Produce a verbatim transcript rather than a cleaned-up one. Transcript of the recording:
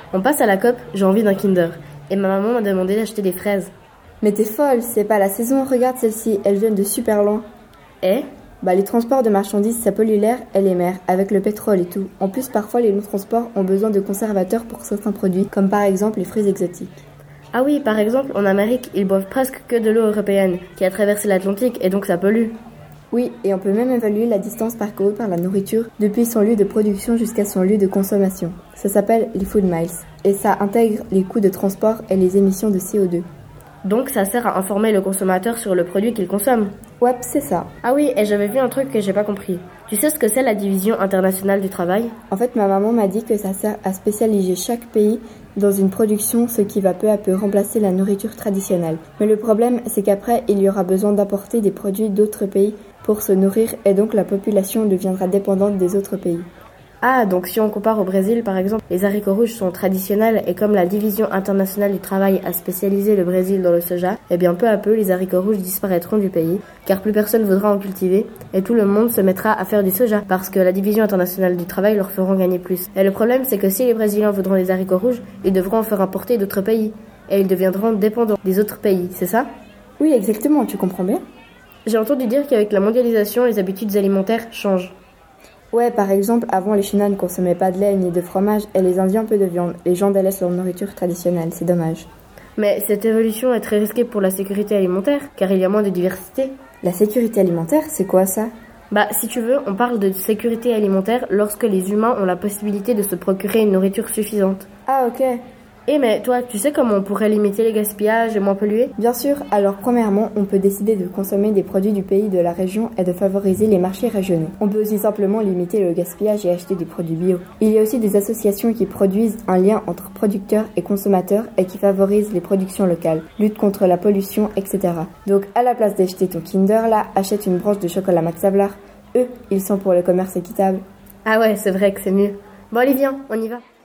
On passe à la C O P, j'ai envie d'un Kinder. Et ma maman m'a demandé d'acheter des fraises. Mais t'es folle, c'est pas la saison, regarde celle-ci, elles viennent de super loin. Et Bah les transports de marchandises ça pollue l'air et les mers, avec le pétrole et tout. En plus parfois les longs transports ont besoin de conservateurs pour certains produits, comme par exemple les fruits exotiques. Ah oui, par exemple, en Amérique, ils boivent presque que de l'eau européenne, qui a traversé l'Atlantique et donc ça pollue. Oui, et on peut même évaluer la distance parcourue par la nourriture depuis son lieu de production jusqu'à son lieu de consommation. Ça s'appelle les food miles, et ça intègre les coûts de transport et les émissions de C O deux. Donc ça sert à informer le consommateur sur le produit qu'il consomme. Ouais, c'est ça. Ah oui, et j'avais vu un truc que j'ai pas compris. Tu sais ce que c'est la division internationale du travail ? En fait, ma maman m'a dit que ça sert à spécialiser chaque pays dans une production, ce qui va peu à peu remplacer la nourriture traditionnelle. Mais le problème, c'est qu'après, il y aura besoin d'apporter des produits d'autres pays pour se nourrir et donc la population deviendra dépendante des autres pays. Ah, donc si on compare au Brésil, par exemple, les haricots rouges sont traditionnels et comme la division internationale du travail a spécialisé le Brésil dans le soja, eh bien peu à peu les haricots rouges disparaîtront du pays, car plus personne voudra en cultiver et tout le monde se mettra à faire du soja, parce que la division internationale du travail leur fera gagner plus. Et le problème, c'est que si les Brésiliens voudront des haricots rouges, ils devront en faire importer d'autres pays, et ils deviendront dépendants des autres pays, c'est ça ? Oui, exactement, tu comprends bien ? J'ai entendu dire qu'avec la mondialisation, les habitudes alimentaires changent. Ouais, par exemple, avant les Chinois ne consommaient pas de lait ni de fromage et les Indiens peu de viande. Les gens délaissent leur nourriture traditionnelle, c'est dommage. Mais cette évolution est très risquée pour la sécurité alimentaire, car il y a moins de diversité. La sécurité alimentaire, c'est quoi ça ? Bah, si tu veux, on parle de sécurité alimentaire lorsque les humains ont la possibilité de se procurer une nourriture suffisante. Ah, ok. Eh mais toi, tu sais comment on pourrait limiter les gaspillages et moins polluer ? Bien sûr, alors premièrement, on peut décider de consommer des produits du pays de la région et de favoriser les marchés régionaux. On peut aussi simplement limiter le gaspillage et acheter des produits bio. Il y a aussi des associations qui produisent un lien entre producteurs et consommateurs et qui favorisent les productions locales, lutte contre la pollution, et cetera. Donc à la place d'acheter ton Kinder là, achète une branche de chocolat Max Havelaar. Eux, ils sont pour le commerce équitable. Ah ouais, c'est vrai que c'est mieux. Bon allez viens, on y va.